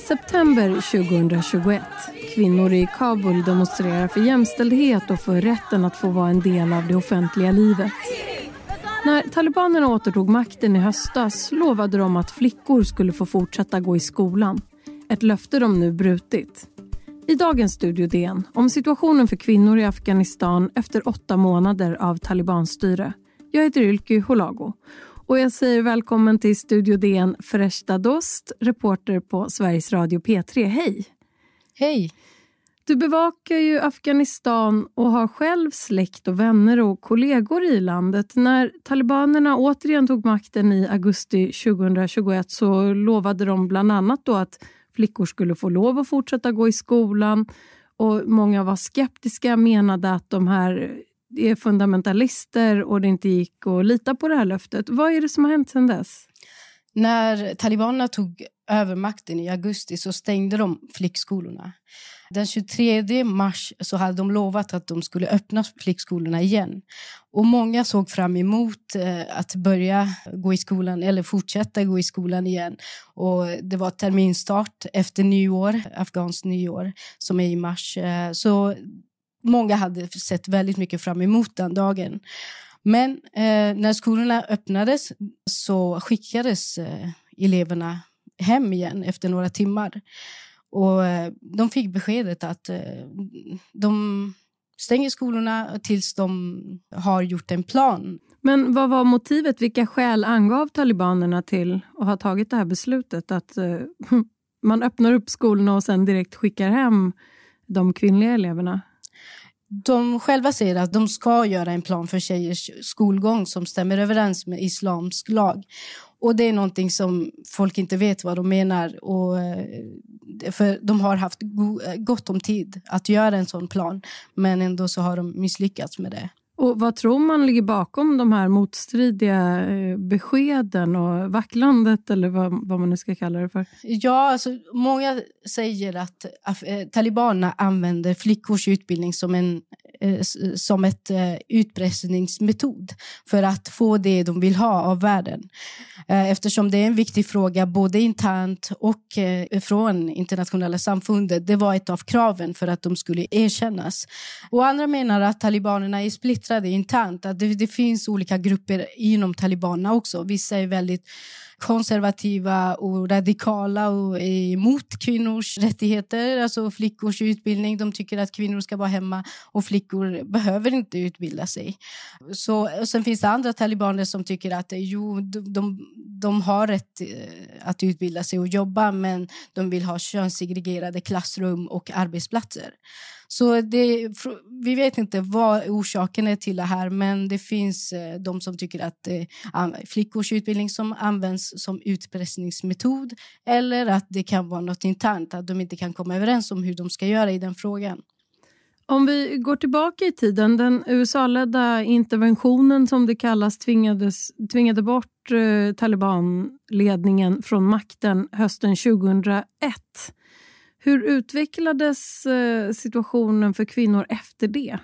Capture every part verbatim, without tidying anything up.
September tjugohundratjugoett. Kvinnor i Kabul demonstrerar för jämställdhet och för rätten att få vara en del av det offentliga livet. När talibanerna återtog makten i höstas lovade de att flickor skulle få fortsätta gå i skolan. Ett löfte de nu brutit. I dagens Studio D N om situationen för kvinnor i Afghanistan efter åtta månader av talibanstyre. Jag heter Ylke Holago. Och jag säger välkommen till Studio D N Fereshta Dost, reporter på Sveriges Radio P tre. Hej! Hej! Du bevakar ju Afghanistan och har själv släkt och vänner och kollegor i landet. När talibanerna återigen tog makten i augusti tjugohundratjugoett så lovade de bland annat då att flickor skulle få lov att fortsätta gå i skolan. Och många var skeptiska, menade att de här är fundamentalister och det inte gick att lita på det här löftet. Vad är det som har hänt sedan dess? När talibanerna tog över makten i augusti så stängde de flickskolorna. Den tjugotredje mars så hade de lovat att de skulle öppna flickskolorna igen. Och många såg fram emot eh, att börja gå i skolan eller fortsätta gå i skolan igen. Och det var terminstart efter nyår, afghanskt nyår, som är i mars. Eh, så många hade sett väldigt mycket fram emot den dagen. Men eh, när skolorna öppnades så skickades eh, eleverna hem igen efter några timmar. Och eh, de fick beskedet att eh, de stänger skolorna tills de har gjort en plan. Men vad var motivet? Vilka skäl angav talibanerna till att ha tagit det här beslutet? Att eh, man öppnar upp skolorna och sen direkt skickar hem de kvinnliga eleverna? De själva säger att de ska göra en plan för tjejers skolgång som stämmer överens med islamsk lag. Och det är någonting som folk inte vet vad de menar. Och, för de har haft go- gott om tid att göra en sån plan. Men ändå så har de misslyckats med det. Och vad tror man ligger bakom de här motstridiga beskeden och vacklandet eller vad, vad man nu ska kalla det för? Ja, alltså, många säger att äh, talibanerna använder flickors utbildning som en äh, som ett äh, utpressningsmetod för att få det de vill ha av världen. Äh, eftersom det är en viktig fråga både internt och äh, från internationella samfundet. Det var ett av kraven för att de skulle erkännas. Och andra menar att talibanerna är splittrade internt. Att det, det finns olika grupper inom talibanerna också. Vissa är väldigt konservativa och radikala och är emot kvinnors rättigheter, alltså flickors utbildning. De tycker att kvinnor ska vara hemma och flickor behöver inte utbilda sig. Så, och sen finns det andra talibaner som tycker att jo, de, de, de har rätt att utbilda sig och jobba, men de vill ha könssegregerade klassrum och arbetsplatser. Så det, vi vet inte vad orsaken är till det här, men det finns eh, de som tycker att eh, flickors utbildning som används som utpressningsmetod eller att det kan vara något internt, att de inte kan komma överens om hur de ska göra i den frågan. Om vi går tillbaka i tiden, den U S A-ledda interventionen som det kallas tvingades, tvingade bort eh, talibanledningen från makten hösten tjugohundraett. Hur utvecklades eh, situationen för kvinnor efter det?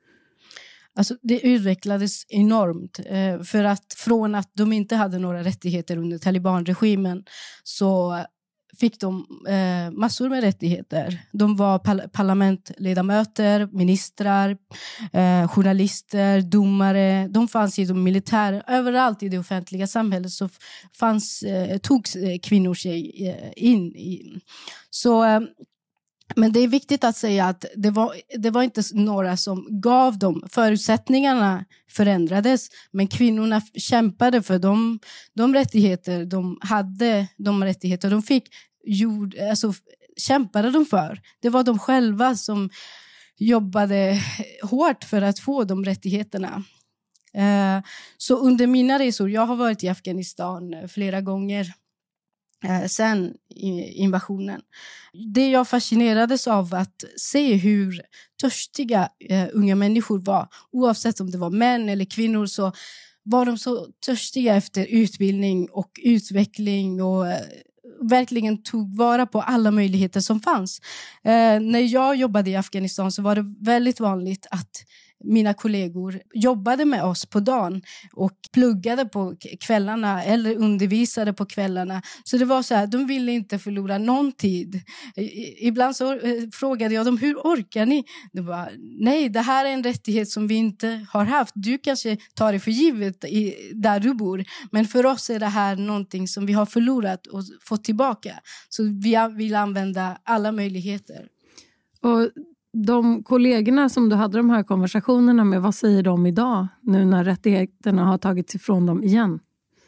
Alltså det utvecklades enormt. Eh, för att från att de inte hade några rättigheter under talibanregimen så fick de eh, massor med rättigheter. De var pal- parlamentledamöter, ministrar, eh, journalister, domare. De fanns i de militära. Överallt i det offentliga samhället så fanns, eh, togs eh, kvinnor sig eh, in i. Så... Eh, Men det är viktigt att säga att det var, det var inte några som gav dem. Förutsättningarna förändrades, men kvinnorna kämpade för de, de rättigheter de hade, de rättigheter de fick, gjord, alltså, kämpade de för. Det var de själva som jobbade hårt för att få de rättigheterna. Uh, så under mina resor, jag har varit i Afghanistan flera gånger, Eh, sen invasionen. Det jag fascinerades av att se hur törstiga eh, unga människor var, oavsett om det var män eller kvinnor, så var de så törstiga efter utbildning och utveckling och eh, verkligen tog vara på alla möjligheter som fanns. Eh, när jag jobbade i Afghanistan så var det väldigt vanligt att mina kollegor jobbade med oss på dagen och pluggade på kvällarna eller undervisade på kvällarna. Så det var så här, de ville inte förlora någon tid. Ibland så frågade jag dem, hur orkar ni? Det var, nej, det här är en rättighet som vi inte har haft. Du kanske tar det för givet i, där du bor. Men för oss är det här någonting som vi har förlorat och fått tillbaka. Så vi vill använda alla möjligheter. Och de kollegorna som du hade de här konversationerna med, vad säger de idag nu när rättigheterna har tagits ifrån dem igen?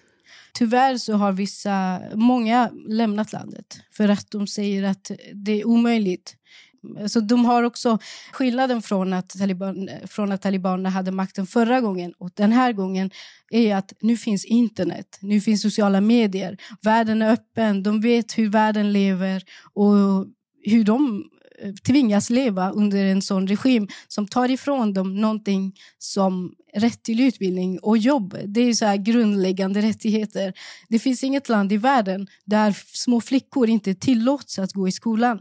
Tyvärr så har vissa, många lämnat landet för att de säger att det är omöjligt. Så de har också skillnaden från att, taliban, från att talibanerna hade makten förra gången och den här gången är att nu finns internet, nu finns sociala medier, världen är öppen, de vet hur världen lever och hur de tvingas leva under en sån regim som tar ifrån dem någonting som rätt till utbildning och jobb. Det är så här grundläggande rättigheter. Det finns inget land i världen där små flickor inte tillåts att gå i skolan.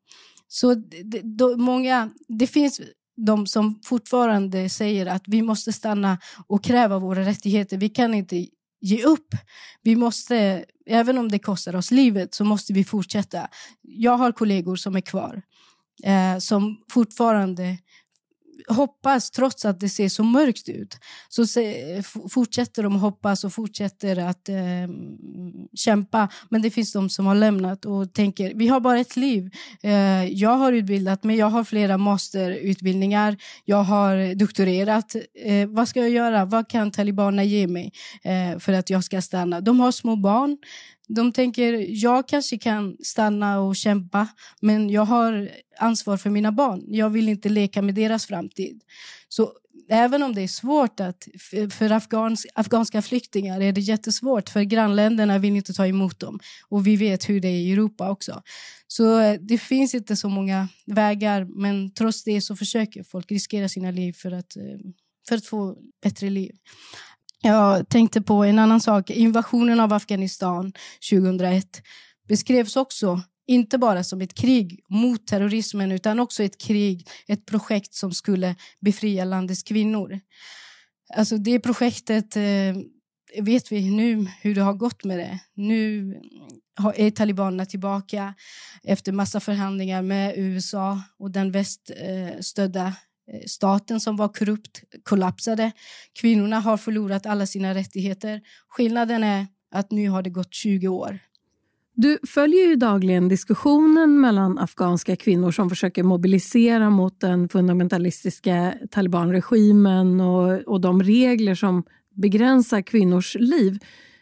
Så det, då, många, det finns de som fortfarande säger att vi måste stanna och kräva våra rättigheter. Vi kan inte ge upp. Vi måste, även om det kostar oss livet, så måste vi fortsätta. Jag har kollegor som är kvar. Eh, som fortfarande hoppas, trots att det ser så mörkt ut. Så se, f- fortsätter de hoppas och fortsätter att eh, kämpa. Men det finns de som har lämnat och tänker, vi har bara ett liv. Eh, jag har utbildat mig, jag har flera masterutbildningar. Jag har doktorerat. Eh, vad ska jag göra? Vad kan talibanerna ge mig eh, för att jag ska stanna? De har små barn. De tänker, jag kanske kan stanna och kämpa, men jag har ansvar för mina barn. Jag vill inte leka med deras framtid. Så även om det är svårt att, för afghans, afghanska flyktingar är det jättesvårt, för grannländerna vill inte ta emot dem. Och vi vet hur det är i Europa också. Så det finns inte så många vägar, men trots det så försöker folk riskera sina liv för att, för att få bättre liv. Jag tänkte på en annan sak. Invasionen av Afghanistan tjugohundraett beskrevs också inte bara som ett krig mot terrorismen utan också ett krig, ett projekt som skulle befria landets kvinnor. Alltså det projektet eh, vet vi nu hur det har gått med det. Nu är talibanerna tillbaka efter massa förhandlingar med U S A och den väststödda eh, staten som var korrupt kollapsade. Kvinnorna har förlorat alla sina rättigheter. Skillnaden är att nu har det gått tjugo år. Du följer ju dagligen diskussionen mellan afghanska kvinnor som försöker mobilisera mot den fundamentalistiska talibanregimen och, och de regler som begränsar kvinnors liv.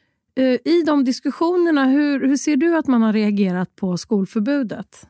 I de diskussionerna, hur, hur ser du att man har reagerat på skolförbudet?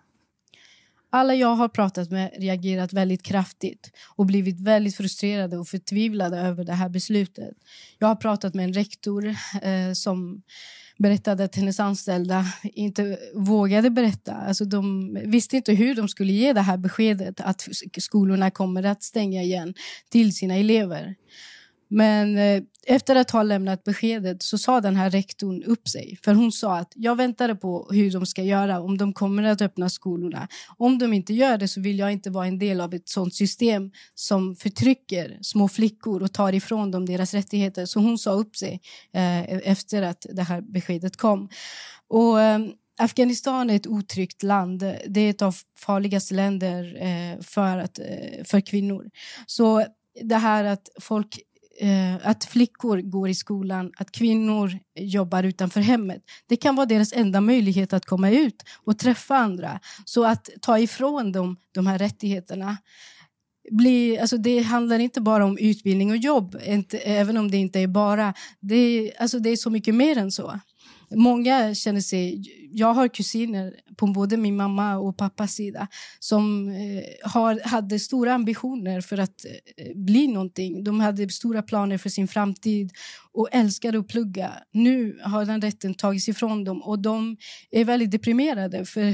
Alla jag har pratat med reagerat väldigt kraftigt och blivit väldigt frustrerade och förtvivlade över det här beslutet. Jag har pratat med en rektor eh, som berättade att hennes anställda inte vågade berätta. Alltså de visste inte hur de skulle ge det här beskedet att skolorna kommer att stänga igen till sina elever. Men eh, efter att ha lämnat beskedet så sa den här rektorn upp sig. För hon sa att jag väntade på hur de ska göra om de kommer att öppna skolorna. Om de inte gör det så vill jag inte vara en del av ett sådant system som förtrycker små flickor och tar ifrån dem deras rättigheter. Så hon sa upp sig eh, efter att det här beskedet kom. Och eh, Afghanistan är ett otryggt land. Det är ett av farligaste länder eh, för, att, eh, för kvinnor. Så det här att folk att flickor går i skolan, att kvinnor jobbar utanför hemmet. Det kan vara deras enda möjlighet att komma ut och träffa andra. Så att ta ifrån dem de här rättigheterna. Bli, alltså det handlar inte bara om utbildning och jobb, inte, även om det inte är bara. Det, alltså det är så mycket mer än så. Många känner sig, jag har kusiner på både min mamma och pappas sida som eh, har, hade stora ambitioner för att eh, bli någonting. De hade stora planer för sin framtid och älskade att plugga. Nu har den rätten tagits ifrån dem och de är väldigt deprimerade för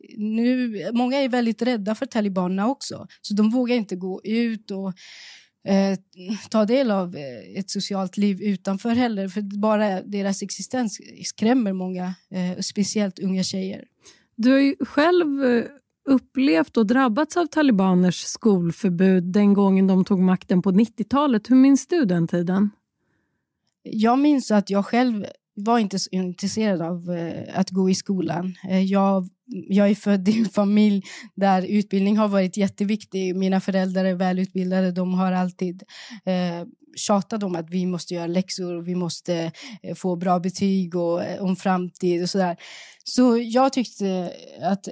nu, många är väldigt rädda för talibanerna också. Så de vågar inte gå ut och Eh, ta del av eh, ett socialt liv utanför heller, för bara deras existens skrämmer många, eh, speciellt unga tjejer. Du har ju själv upplevt och drabbats av talibaners skolförbud den gången de tog makten på nittiotalet. Hur minns du den tiden? Jag minns att jag själv var inte så intresserad av eh, att gå i skolan. Eh, jag, jag är född i en familj där utbildning har varit jätteviktig. Mina föräldrar är välutbildade. De har alltid eh, tjatat om att vi måste göra läxor. Och vi måste eh, få bra betyg och eh, om framtid och sådär. Så jag tyckte att...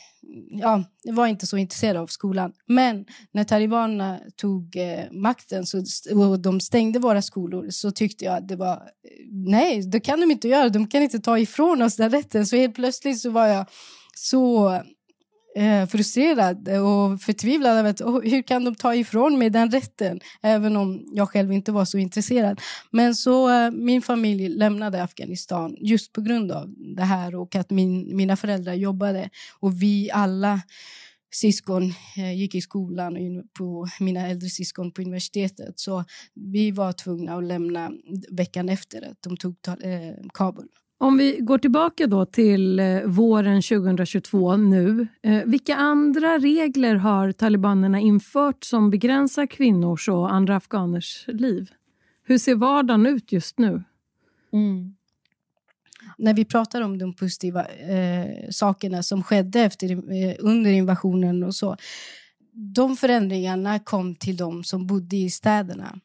Ja, jag var inte så intresserad av skolan. Men när talibanerna tog eh, makten så, och de stängde våra skolor, så tyckte jag att det var... Nej, det kan de inte göra. De kan inte ta ifrån oss den rätten. Så helt plötsligt så var jag så eh, frustrerad och förtvivlad över att oh, hur kan de ta ifrån mig den rätten? Även om jag själv inte var så intresserad. Men så eh, min familj lämnade Afghanistan just på grund av det här, och att min, mina föräldrar jobbade. Och vi alla syskon eh, gick i skolan, och på, mina äldre syskon på universitetet. Så vi var tvungna att lämna veckan efter att de tog ta, eh, Kabul. Om vi går tillbaka då till eh, våren tjugohundratjugotvå nu. Eh, vilka andra regler har talibanerna infört som begränsar kvinnors och andra afghaners liv? Hur ser vardagen ut just nu? Mm. När vi pratar om de positiva eh, sakerna som skedde efter, eh, under invasionen och så. De förändringarna kom till de som bodde i städerna.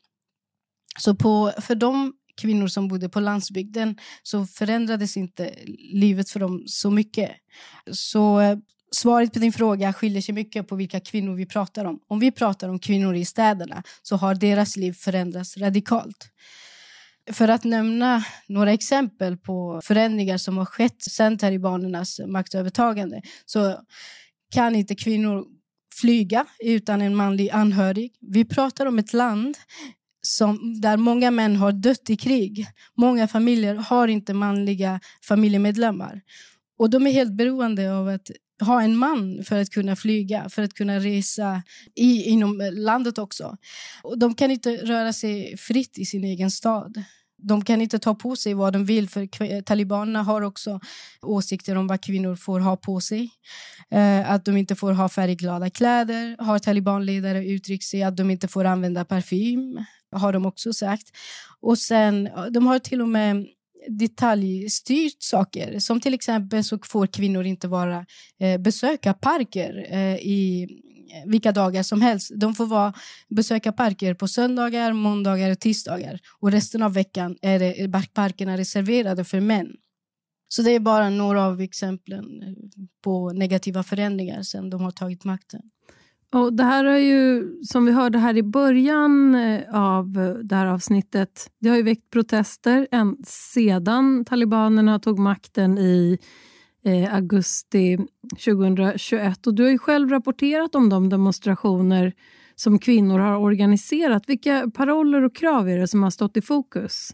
Så på, för de kvinnor som bodde på landsbygden så förändrades inte livet för dem så mycket. Så eh, svaret på din fråga skiljer sig mycket på vilka kvinnor vi pratar om. Om vi pratar om kvinnor i städerna så har deras liv förändrats radikalt. För att nämna några exempel på förändringar som har skett sedan talibanernas maktövertagande, så kan inte kvinnor flyga utan en manlig anhörig. Vi pratar om ett land som, där många män har dött i krig. Många familjer har inte manliga familjemedlemmar. Och de är helt beroende av att ha en man för att kunna flyga, för att kunna resa i, inom landet också. Och de kan inte röra sig fritt i sin egen stad. De kan inte ta på sig vad de vill, för talibanerna har också åsikter om vad kvinnor får ha på sig. Eh, att de inte får ha färgglada kläder. Har talibanledare uttryckt sig att de inte får använda parfym. Har de också sagt. Och sen, de har till och med detaljstyrt saker. Som till exempel så får kvinnor inte vara eh, besöka parker eh, i vilka dagar som helst. De får vara, besöka parker på söndagar, måndagar och tisdagar. Och resten av veckan är det, parkerna reserverade för män. Så det är bara några av exemplen på negativa förändringar sedan de har tagit makten. Och det här är ju, som vi hörde här i början av det här avsnittet, det har ju väckt protester än sedan talibanerna tog makten i eh, augusti tjugohundratjugoett. Och du har ju själv rapporterat om de demonstrationer som kvinnor har organiserat. Vilka paroller och krav är det som har stått i fokus?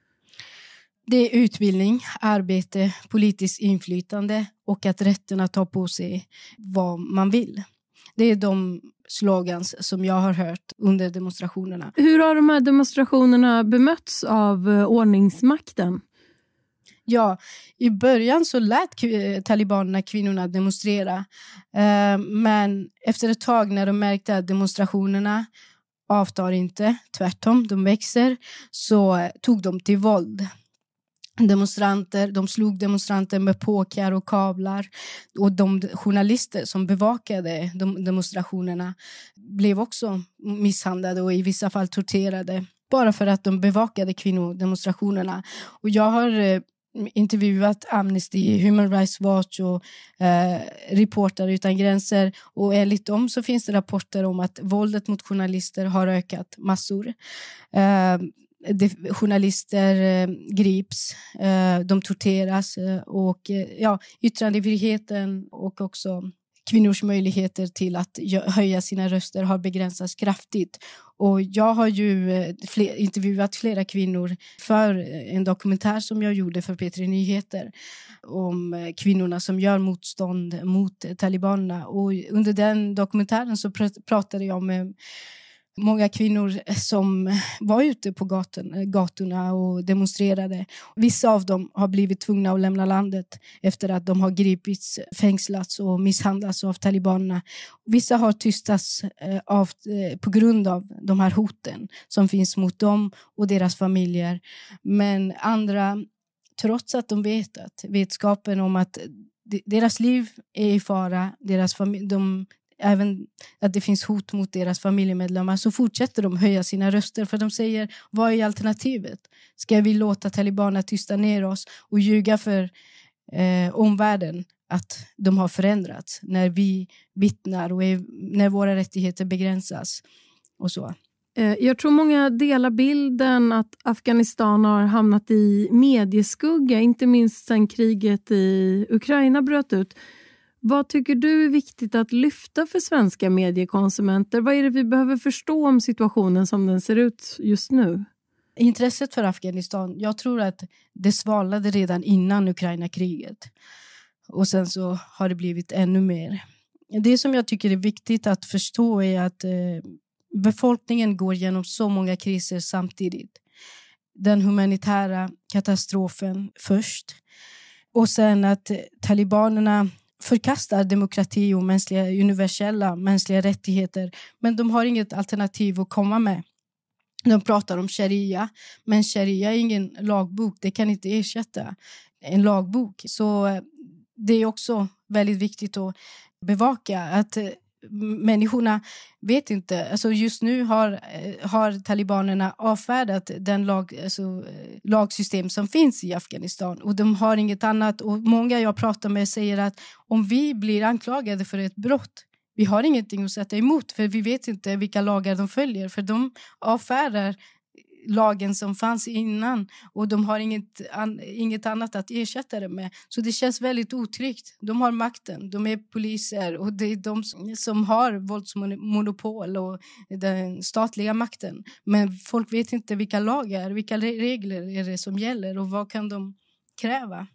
Det är utbildning, arbete, politiskt inflytande och att rätten att ta på sig vad man vill. Det är de slogans som jag har hört under demonstrationerna. Hur har de här demonstrationerna bemötts av ordningsmakten? Ja, i början så lät talibanerna kvinnorna demonstrera. Men efter ett tag när de märkte att demonstrationerna avtar inte, tvärtom, de växer, så tog de till våld. Demonstranter, de slog demonstranter med påkar och kablar, och de journalister som bevakade de demonstrationerna blev också misshandlade och i vissa fall torterade bara för att de bevakade kvinnodemonstrationerna. Och jag har eh, intervjuat Amnesty, Human Rights Watch och eh, Reportrar utan gränser, och enligt dem så finns det rapporter om att våldet mot journalister har ökat massor. Eh, De, journalister eh, grips, eh, de torteras eh, och eh, ja, yttrandefriheten och också kvinnors möjligheter till att höja sina röster har begränsats kraftigt. Och jag har ju eh, fler, intervjuat flera kvinnor för en dokumentär som jag gjorde för P tre Nyheter om eh, kvinnorna som gör motstånd mot eh, talibanerna. Och under den dokumentären så pr- pratade jag med många kvinnor som var ute på gatorna, gatorna och demonstrerade. Vissa av dem har blivit tvungna att lämna landet efter att de har gripits, fängslats och misshandlats av talibanerna. Vissa har tystats eh, av, eh, på grund av de här hoten som finns mot dem och deras familjer. Men andra, trots att de vet att vetskapen om att de, deras liv är i fara, deras familj, de även att det finns hot mot deras familjemedlemmar, så fortsätter de höja sina röster, för de säger, vad är alternativet? Ska vi låta talibanerna tysta ner oss och ljuga för eh, omvärlden att de har förändrats när vi vittnar och är, när våra rättigheter begränsas och så. Jag tror många delar bilden att Afghanistan har hamnat i medieskugga, inte minst sedan kriget i Ukraina bröt ut. Vad tycker du är viktigt att lyfta för svenska mediekonsumenter? Vad är det vi behöver förstå om situationen som den ser ut just nu? Intresset för Afghanistan, jag tror att det svalade redan innan Ukraina-kriget. Och sen så har det blivit ännu mer. Det som jag tycker är viktigt att förstå är att eh, befolkningen går igenom så många kriser samtidigt. Den humanitära katastrofen först. Och sen att talibanerna förkastar demokrati och mänskliga, universella mänskliga rättigheter. Men de har inget alternativ att komma med. De pratar om sharia, men sharia är ingen lagbok. Det kan inte ersätta en lagbok. Så det är också väldigt viktigt att bevaka att människorna vet inte. Alltså just nu har, har talibanerna avfärdat den lag, alltså, lagsystem som finns i Afghanistan. Och de har inget annat. Och många jag pratar med säger att om vi blir anklagade för ett brott, vi har ingenting att sätta emot, för vi vet inte vilka lagar de följer. För de avfärdar lagen som fanns innan och de har inget, an, inget annat att ersätta det med. Så det känns väldigt otryggt. De har makten, de är poliser och det är de som, som har våldsmonopol och den statliga makten. Men folk vet inte vilka lagar, vilka regler är det som gäller och vad kan de kräva.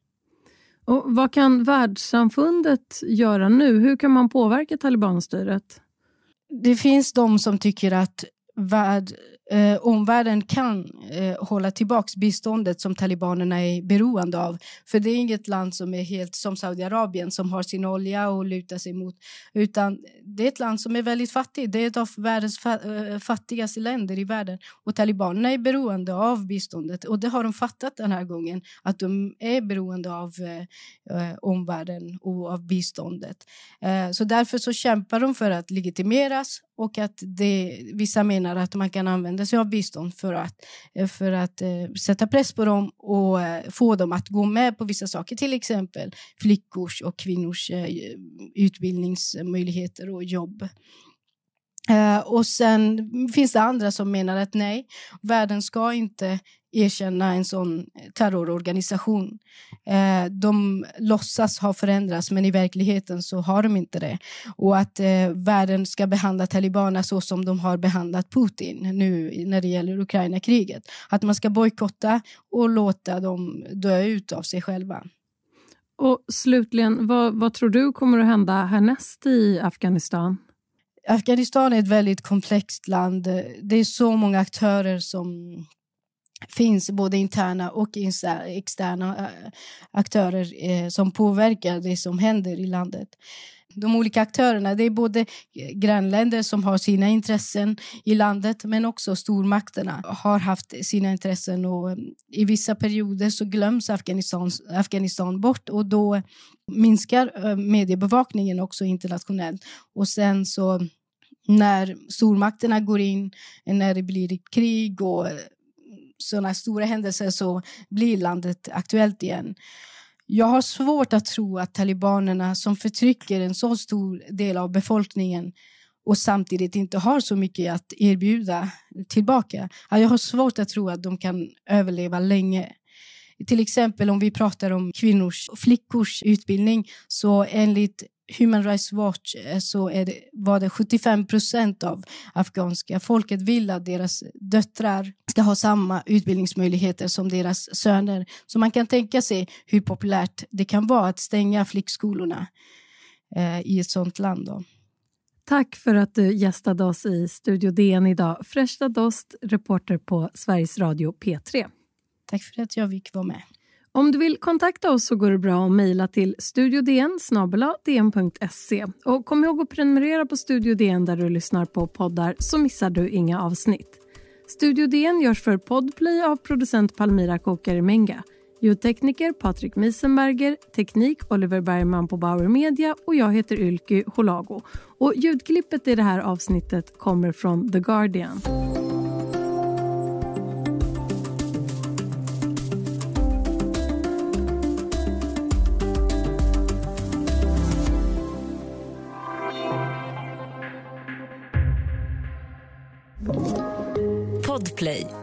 Och vad kan världssamfundet göra nu? Hur kan man påverka talibanstyret? Det finns de som tycker att värld, eh, omvärlden kan eh, hålla tillbaks biståndet som talibanerna är beroende av. För det är inget land som är helt som Saudiarabien som har sin olja och lutar sig mot. Utan det är ett land som är väldigt fattigt. Det är ett av världens fa- fattigaste länder i världen. Och talibanerna är beroende av biståndet. Och det har de fattat den här gången. Att de är beroende av eh, omvärlden och av biståndet. Eh, så därför så kämpar de för att legitimeras. Och att det, vissa menar att man kan använda sig av bistånd för att, för att eh, sätta press på dem och eh, få dem att gå med på vissa saker. Till exempel flickors och kvinnors eh, utbildningsmöjligheter och jobb. Eh, och sen finns det andra som menar att nej, världen ska inte erkänna en sån terrororganisation. Eh, de låtsas ha förändrats, men i verkligheten så har de inte det. Och att eh, världen ska behandla talibanerna så som de har behandlat Putin nu när det gäller Ukraina-kriget. Att man ska bojkotta och låta dem dö ut av sig själva. Och slutligen, vad, vad tror du kommer att hända härnäst i Afghanistan? Afghanistan är ett väldigt komplext land. Det är så många aktörer som finns, både interna och externa aktörer som påverkar det som händer i landet. De olika aktörerna, det är både grannländer som har sina intressen i landet, men också stormakterna har haft sina intressen, och i vissa perioder så glöms Afghanistan, Afghanistan bort, och då minskar mediebevakningen också internationellt. Och sen så när stormakterna går in, när det blir krig och sådana stora händelser, så blir landet aktuellt igen. Jag har svårt att tro att talibanerna, som förtrycker en så stor del av befolkningen och samtidigt inte har så mycket att erbjuda tillbaka, jag har svårt att tro att de kan överleva länge. Till exempel om vi pratar om kvinnors och flickors utbildning, så enligt Human Rights Watch så är det, var det sjuttiofem procent av afghanska folket vill att deras döttrar ska ha samma utbildningsmöjligheter som deras söner. Så man kan tänka sig hur populärt det kan vara att stänga flickskolorna eh, i ett sånt land då. Tack för att du gästade oss i Studio D N idag. Freshta Dost, reporter på Sveriges Radio P tre. Tack för att jag fick vara med. Om du vill kontakta oss så går det bra att mejla till studiodn snabel-a d n punkt se. Och kom ihåg att prenumerera på Studio D N där du lyssnar på poddar så missar du inga avsnitt. Studio D N görs för Podplay av producent Palmira Kokarimenga. Ljudtekniker Patrik Miesenberger, teknik Oliver Bergman på Bauer Media och jag heter Ylky Holago. Och ljudklippet i det här avsnittet kommer från The Guardian. Podplay.